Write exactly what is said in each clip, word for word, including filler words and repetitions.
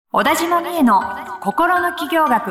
小田島美恵の心の起業学。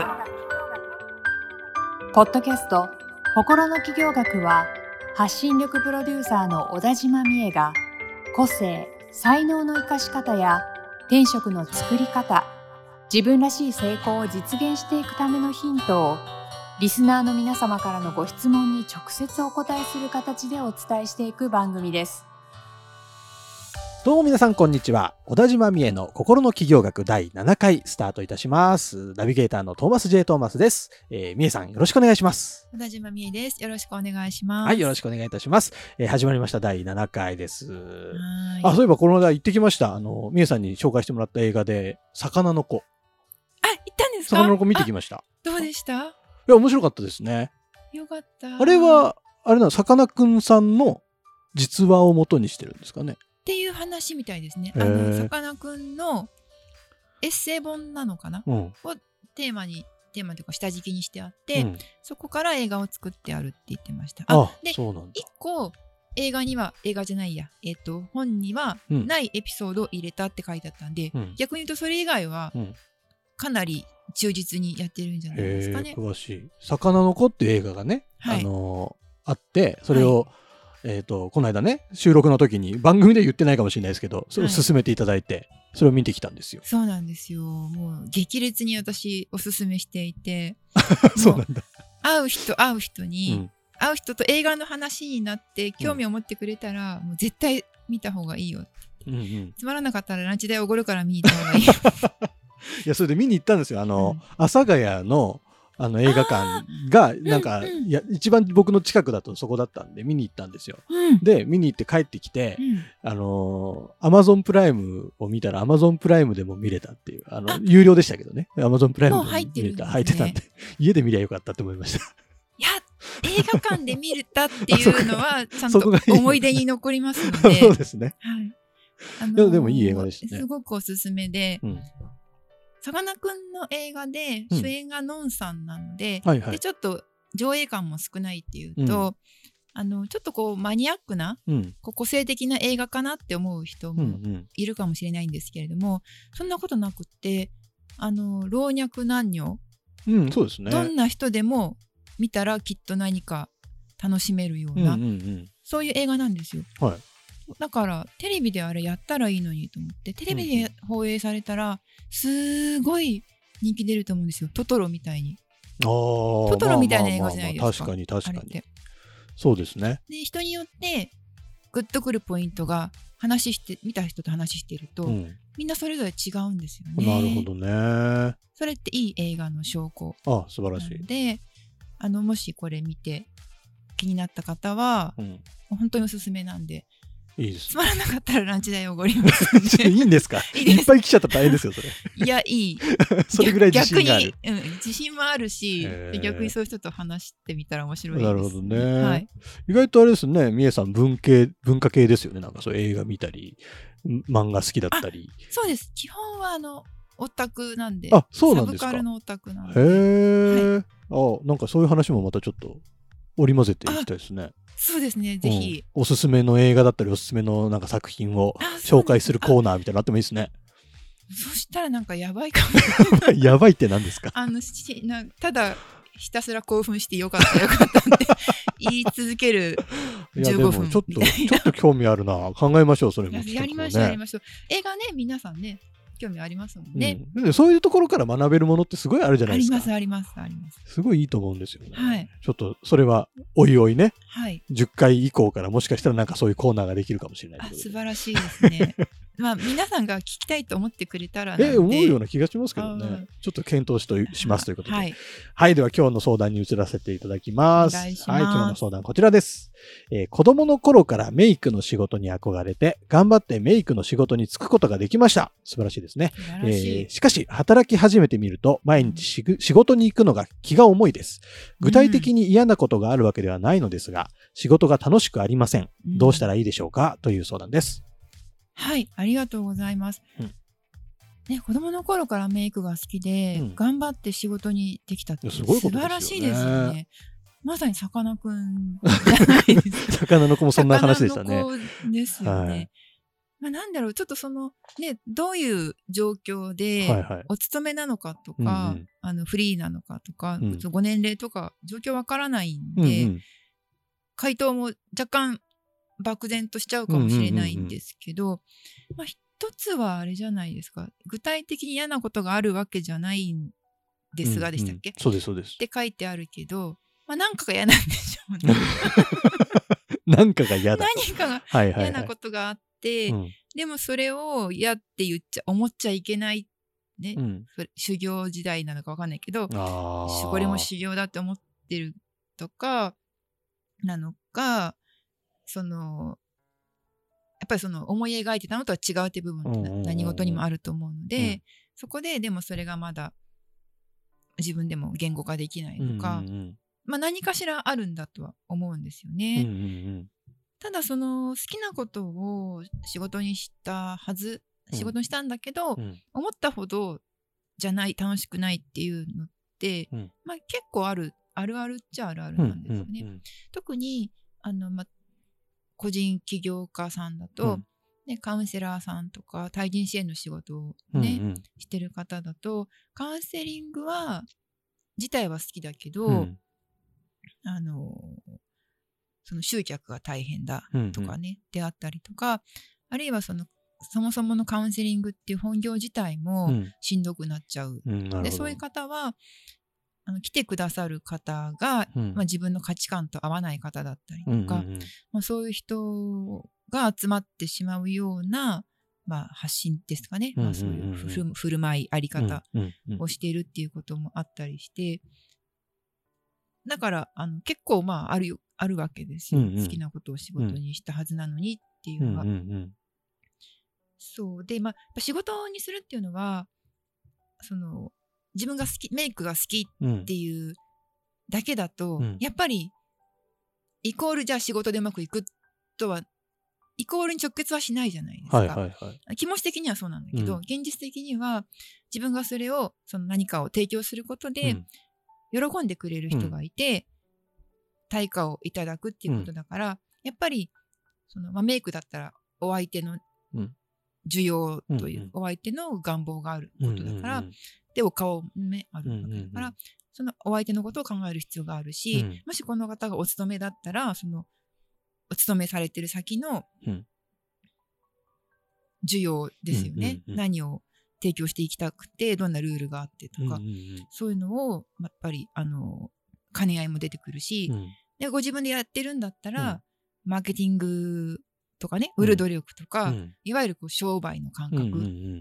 ポッドキャスト心の起業学は、発信力プロデューサーの小田島美恵が個性、才能の生かし方や転職の作り方、自分らしい成功を実現していくためのヒントをリスナーの皆様からのご質問に直接お答えする形でお伝えしていく番組です。 どうも皆さんこんにちは。小田島美恵の心の起業学だいななかいスタートいたします。ナビゲーターのトーマス J トーマスです。えー、美恵さんよろしくお願いします。 小田島美恵です。よろしくお願いします。 はい、よろしくお願いいたします。えー、始まりましただいななかいです。 はい。 あ、そういえばこの間行ってきました。あの美恵さんに紹介してもらった映画で魚の子。 あ、行ったんですか？ 魚の子見てきました。 どうでした？ いや面白かったですね。 よかった。 あれはあれなの、さかなクンさんの実話を元にしてるんですかね。 っていう話みたいですね。あのさかなクンのエッセイ本なのかな、うん、をテーマにテーマというか下敷きにしてあって、うん、そこから映画を作ってあるって言ってました。ああ、 でそうなんだ。 いっこ映画には映画じゃないや、えっと本にはないエピソードを入れたって書いてあったんで、うん、逆に言うとそれ以外はかなり忠実にやってるんじゃないですかね。 詳しい。魚の子っていう映画がね、はい、あのー、あってそれを、はい、えーと、この間ね収録の時に番組で言ってないかもしれないですけど、それを勧めていただいて、はい、それを見てきたんですよ。 そうなんですよ。もう激烈に私おすすめしていてそうなんだ。 会う人会う人に、うん、会う人と映画の話になって興味を持ってくれたら、うん、もう絶対見た方がいいよって、うんうん、つまらなかったらランチ代おごるから見に行った方がいいよいやそれで見に行ったんですよ。あの、うん、阿佐ヶ谷のあの映画館がなんか、うんうん、いや一番僕の近くだとそこだったんで見に行ったんですよ、うん、で見に行って帰ってきて、うん、あのー、Amazon プライムを見たら Amazon プライムでも見れたっていう、あの有料でしたけどね、 Amazon プライムでも見れた、 入ってるんですね。 入ってたんで家で見りゃよかったって思いました。 いや映画館で見れたっていうのはちゃんと思い出に残りますのでそうですね、 はい、あのー、 いやでもいい映画でしたね。 すごくおすすめで、うん、さかなクンの映画で主演がのんさんなので、うんはいはい、でちょっと上映感も少ないっていうと、うん、あのちょっとこうマニアックな、うん、こう個性的な映画かなって思う人もいるかもしれないんですけれども、うんうん、そんなことなくってあの老若男女、 うん、そうですね、 どんな人でも見たらきっと何か楽しめるような、うんうんうん、そういう映画なんですよ、はい、だからテレビであれやったらいいのにと思って、テレビで放映されたらすごい人気出ると思うんですよ。トトロみたいに。 あトトロみたいな映画じゃないですか。 まあまあまあまあ、確かに確かに。そうですね。 で人によってグッとくるポイントが話して見た人と話してると、うん、みんなそれぞれ違うんですよね。 なるほどね。 それっていい映画の証拠。 あ、素晴らしい。 で、あのもしこれ見て気になった方は、うん、本当におすすめなんで。 いいです。 つまらなかったらランチ代おごりますんでいいんですか？いいです。いっぱい来ちゃったら大変ですよそれ。 いやいい。 それぐらい自信がある。 逆に、うん、自信もあるし、逆にそういう人と話してみたら面白いです。 なるほどね。 はい、 意外とあれですね、みえさん文系文化系ですよね。なんかそう映画見たり、漫画好きだったり。 そうです。基本はあのオタクなんで。 あ、そうなんですか。 サブカルのオタクなんで。 へえ、はい。あ、なんかそういう話もまたちょっと織り交ぜていきたいですね。 そうですね、ぜひ、 うん、おすすめの映画だったりおすすめのなんか作品を紹介するコーナーみたいなのあってもいいですね。 そしたらなんかやばいかもやばいって何ですか？ あのしなただひたすら興奮してよかったよかったって言い続けるじゅうごふんみたいな。 いやでもちょっとちょっと興味あるな。考えましょうそれも、ね、 やりましょうやりましょう。映画ね皆さんね興味ありますもんね、 うん、そういうところから学べるものってすごいあるじゃないですか。 ありますありますあります。 すごいいいと思うんですよね、 はい、 ちょっとそれはおいおいね、 はい、 じゅっかい以降からもしかしたらなんかそういうコーナーができるかもしれない。 あ、素晴らしいですねまあ皆さんが聞きたいと思ってくれたらなんで、 えー、思うような気がしますけどね。ちょっと検討しとしますということで、はい、はい、では今日の相談に移らせていただきます。 お願いします。 はい、今日の相談こちらです。えー、子供の頃からメイクの仕事に憧れて頑張ってメイクの仕事に就くことができました。素晴らしいですね。 えー、 しかし働き始めてみると毎日し仕事に行くのが気が重いです。具体的に嫌なことがあるわけではないのですが、仕事が楽しくありません。どうしたらいいでしょうか、という相談です。 はい、ありがとうございます、うんね、子供の頃からメイクが好きで、うん、頑張って仕事にできたって素晴らしいですよね。まさにさかなクンじゃないですか。 魚の子もそんな話でしたね。 魚の子ですよね、はい、 まあ、なんだろうちょっとそのねどういう状況でお勤めなのかとか、はいはい、あのフリーなのかとか、うん、ご年齢とか状況わからないんで、うんうん、回答も若干漠然としちゃうかもしれないんですけど、うんうんうんうん、まあ、一つはあれじゃないですか、具体的に嫌なことがあるわけじゃないんですが、でしたっけ、 うんうん、そうですそうです。 って書いてあるけど、まあ、なんかが嫌なんでしょうね。 何かが嫌だ。 何かが嫌なことがあって、はいはいはい、でもそれを嫌って言っちゃ思っちゃいけないね、うん、修行時代なのか分かんないけど、これも修行だって思ってるとかなのか、そのやっぱりその思い描いてたのとは違うって部分って何事にもあると思うので、うん、そこででもそれがまだ自分でも言語化できないとか、うんうんうん、まあ、何かしらあるんだとは思うんですよね。うんうんうん、ただその好きなことを仕事にしたはず、仕事にしたんだけど、うん、思ったほどじゃない、楽しくないっていうのって、うん、まあ、結構あるあるあるっちゃあるあるなんですよね。うんうんうん、特にあの、ま、個人起業家さんだと、うんね、カウンセラーさんとか対人支援の仕事をね、うんうん、してる方だとカウンセリングは自体は好きだけど、うん、あのその集客が大変だとかね、うんうん、であったりとか、あるいはそのそもそものカウンセリングっていう本業自体もしんどくなっちゃう、うん、でそういう方はあの来てくださる方が、うん、まあ、自分の価値観と合わない方だったりとか、うんうんうん、まあ、そういう人が集まってしまうような、まあ、発信ですかね、うんうんうんうん、まあ、そういうふる振る舞いあり方をしているっていうこともあったりして、だからあの結構まああるよあるわけですよ、うんうん、好きなことを仕事にしたはずなのにっていうのは、うんうんうん、そうで、まあ、仕事にするっていうのはその自分が好きメイクが好きっていうだけだと、うん、やっぱりイコールじゃあ仕事でうまくいくとはイコールに直結はしないじゃないですか、はいはいはい、気持ち的にはそうなんだけど、うん、現実的には自分がそれをその何かを提供することで、うん喜んでくれる人がいて、うん、対価をいただくっていうことだから、うん、やっぱりその、まあ、メイクだったらお相手の需要という、うん、お相手の願望があることだから、うんうんうん、でお顔目あるわけだから、うんうんうん、そのお相手のことを考える必要があるし、うん、もしこの方がお勤めだったらそのお勤めされてる先の需要ですよね、うんうんうん、何を提供していきたくてどんなルールがあってとか、うんうんうん、そういうのをやっぱりあの兼ね合いも出てくるし、うん、でご自分でやってるんだったら、うん、マーケティングとかね売る努力とか、うん、いわゆるこう商売の感覚、うんうんうん、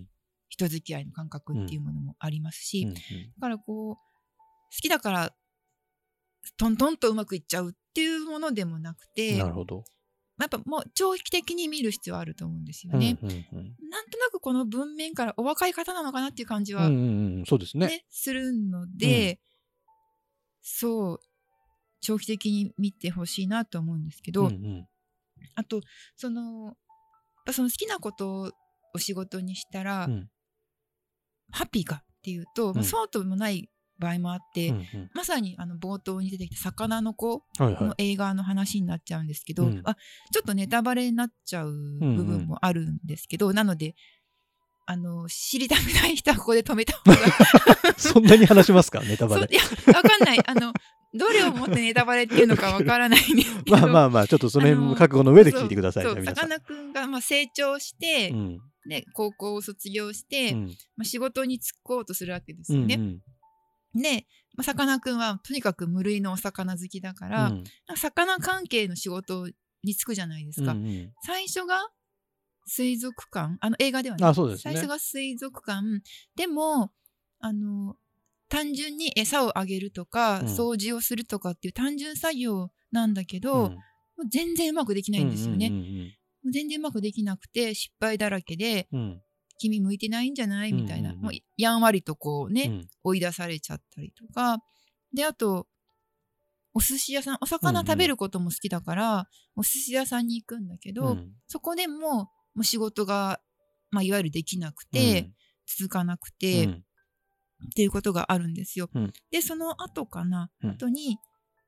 人付き合いの感覚っていうものもありますし、うんうん、だからこう好きだからトントンとうまくいっちゃうっていうものでもなくて、 なるほど、 やっぱもう長期的に見る必要はあると思うんですよね、うんうんうん、なんとなくこの文面からお若い方なのかなっていう感じは、うんうんうん、そうですね、するので、うん、そう長期的に見てほしいなと思うんですけど、うんうん、あとそのその好きなことを仕事にしたら、うん、ハッピーかっていうと、うん、まあ、そうともない場合もあって、うんうん、まさにあの冒頭に出てきた魚の子の映画の話になっちゃうんですけど、はいはい、あちょっとネタバレになっちゃう部分もあるんですけど、うんうん、なのであの知りたくない人はここで止めた方がそんなに話しますかネタバレ。 いやわかんない、あのどれをもってネタバレっていうのかわからないんですけどまあまあまあちょっとその辺も覚悟の上で聞いてください。 そうさかなクンがまあ成長して、うん、で高校を卒業して、うんまあ、仕事に就こうとするわけですよね、うんうん、でさかなクンはとにかく無類のお魚好きだから、うん、魚関係の仕事に就くじゃないですか、うんうん、最初が水族館、あの映画ではね、 あ、そうですね、 最初が水族館でもあの単純に餌をあげるとか、うん、掃除をするとかっていう単純作業なんだけど、うん、もう全然うまくできないんですよね、うんうんうんうん、もう全然うまくできなくて失敗だらけで、うん、君向いてないんじゃないみたいな、うんうんうん、もうやんわりとこうね、うん、追い出されちゃったりとかで、あとお寿司屋さん、お魚食べることも好きだから、うんうん、お寿司屋さんに行くんだけど、うん、そこでももう仕事が、まあ、いわゆるできなくて、うん、続かなくて、うん、っていうことがあるんですよ、うん、でその後かな、うん、後に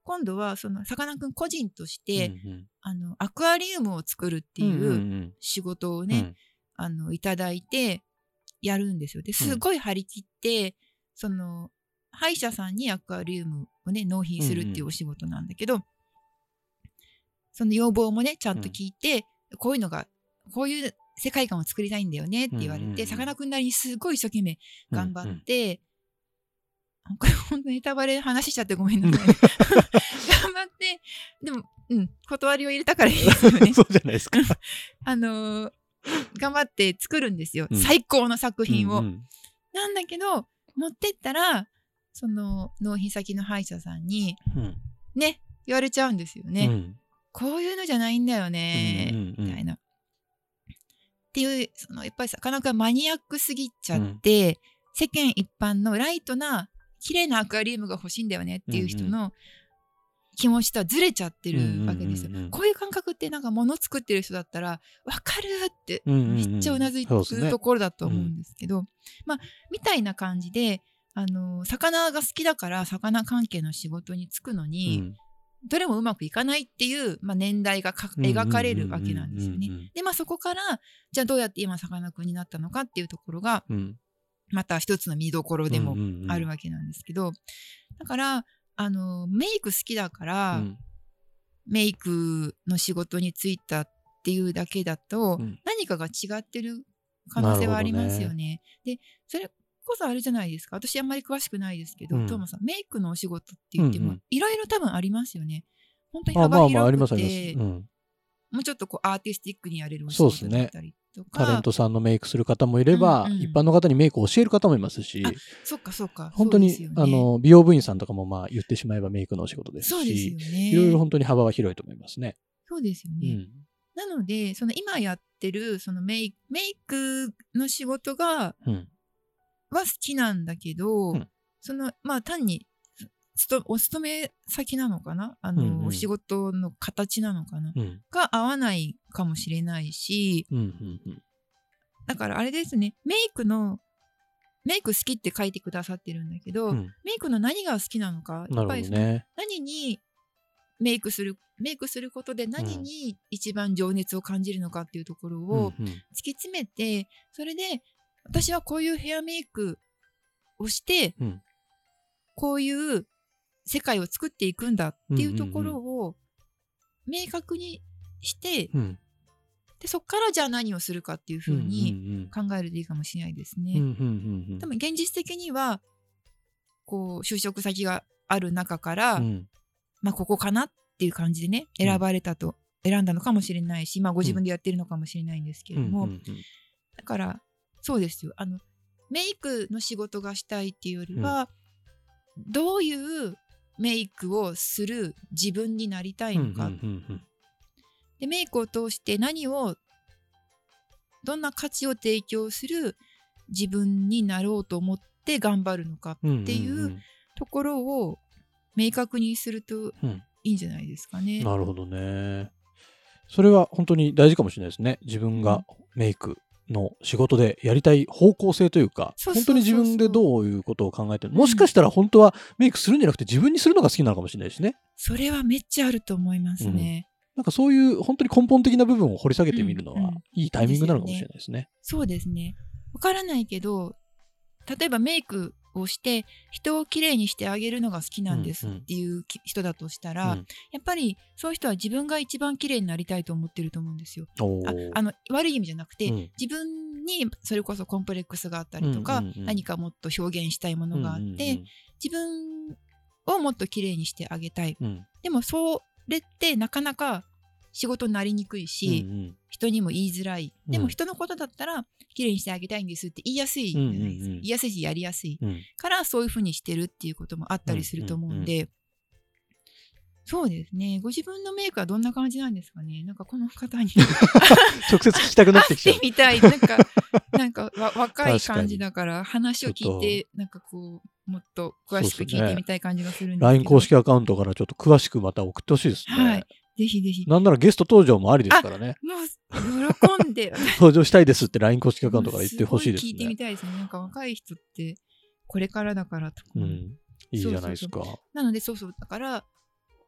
今度はそのさかなクン個人として、うんうん、あのアクアリウムを作るっていう仕事をね、うんうんうん、あのいただいてやるんですよ。ですごい張り切って、うん、その歯医者さんにアクアリウムをね納品するっていうお仕事なんだけど、うんうん、その要望もねちゃんと聞いて、うん、こういうのがこういう世界観を作りたいんだよねって言われて、さかなクンなりにすごい一生懸命頑張って、うんうん、これ本当にネタバレ話しちゃってごめんなさい頑張ってでも、うん、断りを入れたからいいですよねそうじゃないですかあのー、頑張って作るんですよ、うん、最高の作品を、うんうん、なんだけど持ってったらその納品先の歯医者さんに、うん、ね言われちゃうんですよね、うん、こういうのじゃないんだよね、うんうんうん、みたいなっていう、そのやっぱりさかなクンはマニアックすぎちゃって、うん、世間一般のライトな綺麗なアクアリウムが欲しいんだよねっていう人の気持ちとはずれちゃってるわけですよ、うんうんうんうん、こういう感覚ってなんか物作ってる人だったら分かるってめっちゃうなずいてるところだと思うんですけど、うんうんうん、まあみたいな感じであの魚が好きだから魚関係の仕事に就くのに、うん、どれもうまくいかないっていう、まあ、年代がか描かれるわけなんですよね。でまあそこからじゃあどうやって今さかなクンになったのかっていうところが、うん、また一つの見どころでもあるわけなんですけど、うんうんうん、だからあのメイク好きだから、うん、メイクの仕事に就いたっていうだけだと、うん、何かが違ってる可能性はありますよね。でそれこそあれじゃないですか、私あんまり詳しくないですけど、うん、トーマさんメイクのお仕事って言ってもいろいろ多分ありますよね。本当に幅広くて、もうちょっとこうアーティスティックにやれるお仕事だったりとか、 タレントさんのメイクする方もいれば、うんうん、一般の方にメイクを教える方もいますし、 そっかそっか、 本当に、ね、あの美容部員さんとかもまあ言ってしまえばメイクのお仕事ですし、そうですよね、いろいろ本当に幅は広いと思いますね。 そうですよね、うん、なのでその今やってるそのメイ、メイクの仕事が、うんは好きなんだけど、うん、そのまあ単にお勤め先なのかな、あの、うんうん、お仕事の形なのかな、うん、が合わないかもしれないし、うんうんうん、だからあれですね、メイクのメイク好きって書いてくださってるんだけど、うん、メイクの何が好きなのか、やっぱりその、ね、何にメイクするメイクすることで何に一番情熱を感じるのかっていうところを突き詰めて、うんうん、それで私はこういうヘアメイクをして、うん、こういう世界を作っていくんだっていうところを明確にして、うん、でそこからじゃあ何をするかっていうふうに考えるといいかもしれないですね。でも現実的にはこう就職先がある中から、うん、まあここかなっていう感じでね選ばれたと、うん、選んだのかもしれないし、まあご自分でやってるのかもしれないんですけれども、うんうんうん、だからそうですよ、あのメイクの仕事がしたいっていうよりは、うん、どういうメイクをする自分になりたいのか、うんうんうんうん、でメイクを通して何をどんな価値を提供する自分になろうと思って頑張るのかっていうところを明確にするといいんじゃないですかね、 うん、なるほどね。それは本当に大事かもしれないですね。自分がメイクの仕事でやりたい方向性というか、そうそうそうそう、本当に自分でどういうことを考えてる、うん、もしかしたら本当はメイクするんじゃなくて自分にするのが好きなのかもしれないしね。それはめっちゃあると思いますね、 うん、なんかそういう本当に根本的な部分を掘り下げてみるのは、いいタイミングなのかもしれないですね。 そうですね。わからないけど、例えばメイクをして人をきれいにしてあげるのが好きなんですっていう人だとしたら、うんうん、やっぱりそういう人は自分が一番きれいになりたいと思ってると思うんですよ。ああの悪い意味じゃなくて、うん、自分にそれこそコンプレックスがあったりとか、うんうんうん、何かもっと表現したいものがあって、うんうんうん、自分をもっときれいにしてあげたい、うん、でもそれってなかなか仕事になりにくいし、うんうん、人にも言いづらい。でも人のことだったらきれいにしてあげたいんですって言いやすいじゃないですか、うんうんうん、言いやすいしやりやすい、うん、からそういうふうにしてるっていうこともあったりすると思うんで、うんうんうん、そうですね。ご自分のメイクはどんな感じなんですかね。なんかこの方に直接聞きたくなってきちゃう。 会ってみたい。なんかなんかわ若い感じだから話を聞いてなんかこうもっと詳しく聞いてみたい感じがするんですけど、 ライン 公式アカウントからちょっと詳しくまた送ってほしいですね。 はい。ぜひぜひ。 なんならゲスト登場もありですからね。 もう喜んで登場したいですって ライン 公式アカウントから言ってほしいですね。 聞いてみたいですね。なんか若い人ってこれからだからとか、うん、 いいじゃないですか。 そうそうそう。なのでそうそうだから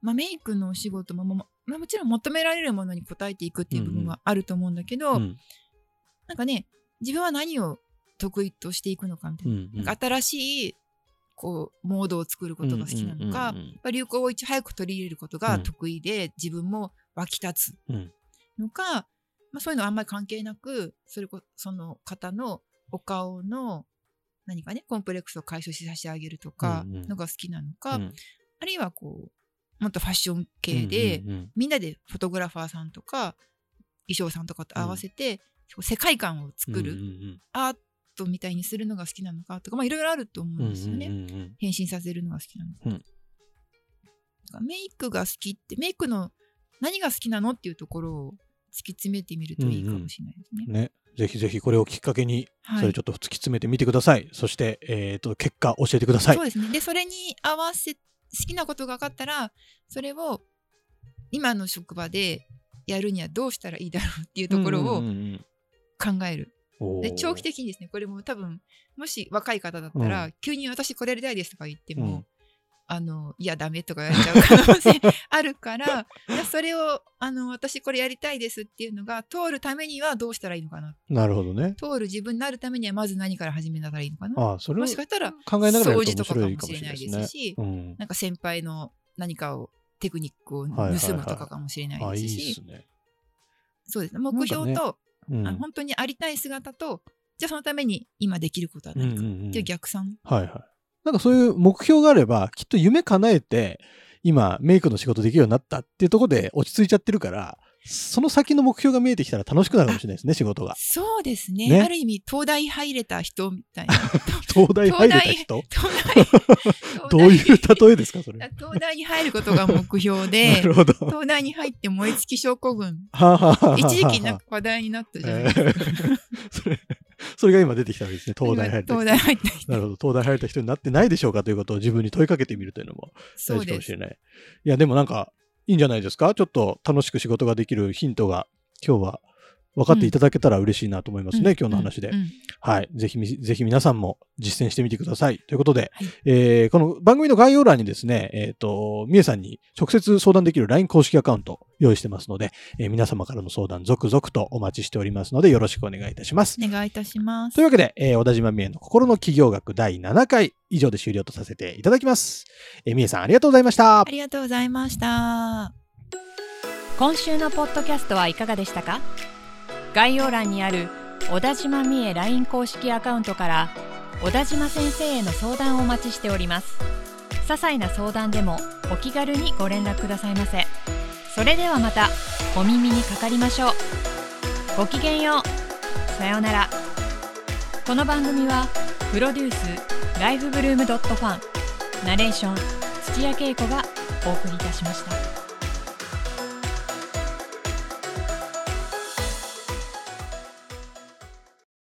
まあ、メイクのお仕事も、まあ、もちろん求められるものに応えていくっていう部分はあると思うんだけど、うんうん、なんかね自分は何を得意としていくのかみたいな、うんうん、なんか新しいこうモードを作ることが好きなのか、うんうんうんうん、流行をいち早く取り入れることが得意で、うん、自分も湧き立つのか、うんまあ、そういうのはあんまり関係なくそれこその方のお顔の何かねコンプレックスを解消しさせてあげるとかのが好きなのか、うんうん、あるいはこうもっとファッション系で、うんうんうん、みんなでフォトグラファーさんとか衣装さんとかと合わせて、うん、世界観を作る、うんうんうん、アートみたいにするのが好きなのかとか、まあいろいろあると思うんですよね、うんうんうん、変身させるのが好きなのか、うん、だからメイクが好きってメイクの何が好きなのっていうところを突き詰めてみるといいかもしれないですね。 うんうん、ねぜひぜひこれをきっかけにそれちょっと突き詰めてみてください、はい、そして、えー、と結果教えてください。 そうですね。でそれに合わせ好きなことが分かったらそれを今の職場でやるにはどうしたらいいだろうっていうところを考える、うんうんうん、で長期的にですねこれも多分もし若い方だったら、うん、急に私これやりたいですとか言っても、うんあのいやダメとか言われちゃう可能性あるからそれをあの私これやりたいですっていうのが通るためにはどうしたらいいのかな。 なるほどね。 通る自分になるためにはまず何から始めたらいいのかな。 ああそれもしかしたら考えながらやると面白い掃除とかかもしれないかもしれないでですすし、 ね。うん、 なんか先輩の何かをテクニックを盗むとかかもしれないですし、そうですね目標と、ねうん、あ本当にありたい姿とじゃあそのために今できることは何かっていう逆算、 うんうんうん、はいはいなんかそういう目標があれば、きっと夢叶えて、今、メイクの仕事できるようになったっていうところで落ち着いちゃってるから、その先の目標が見えてきたら楽しくなるかもしれないですね、仕事が。 そうですね。ねある意味、東大入れた人みたいな。 東大入れた人東大どういう例えですか、それ。 東大に入ることが目標で、 なるほど東大に入って燃え尽き症候群。 はははは一時期なんか話題になったじゃないですか。えー、 それそれが今出てきたわけですね。東大入った人。 東大入った人。 なるほど。東大入った人になってないでしょうかということを自分に問いかけてみるというのも大事かもしれない。いや、でもなんかいいんじゃないですか。ちょっと楽しく仕事ができるヒントが今日は分かっていただけたら嬉しいなと思いますね、うん、今日の話で、うんうん、はいぜひぜひ皆さんも実践してみてくださいということで、はいえー、この番組の概要欄にですねえっ、ー、とみえさんに直接相談できる ライン 公式アカウント用意してますので、えー、皆様からの相談続々とお待ちしておりますのでよろしくお願いいたします。 お願いいたします。 というわけで、えー、小田島みえの心の企業学だいななかい以上で終了とさせていただきます。えー、みえさんありがとうございました。 ありがとうございました。 今週のポッドキャストはいかがでしたか。概要欄にある小田島美恵 ライン 公式アカウントから小田島先生への相談をお待ちしております。些細な相談でもお気軽にご連絡くださいませ。それではまたお耳にかかりましょう。ごきげんよう。さようなら。この番組はプロデュースライフブルームドットファンナレーション土屋恵子がお送りいたしました。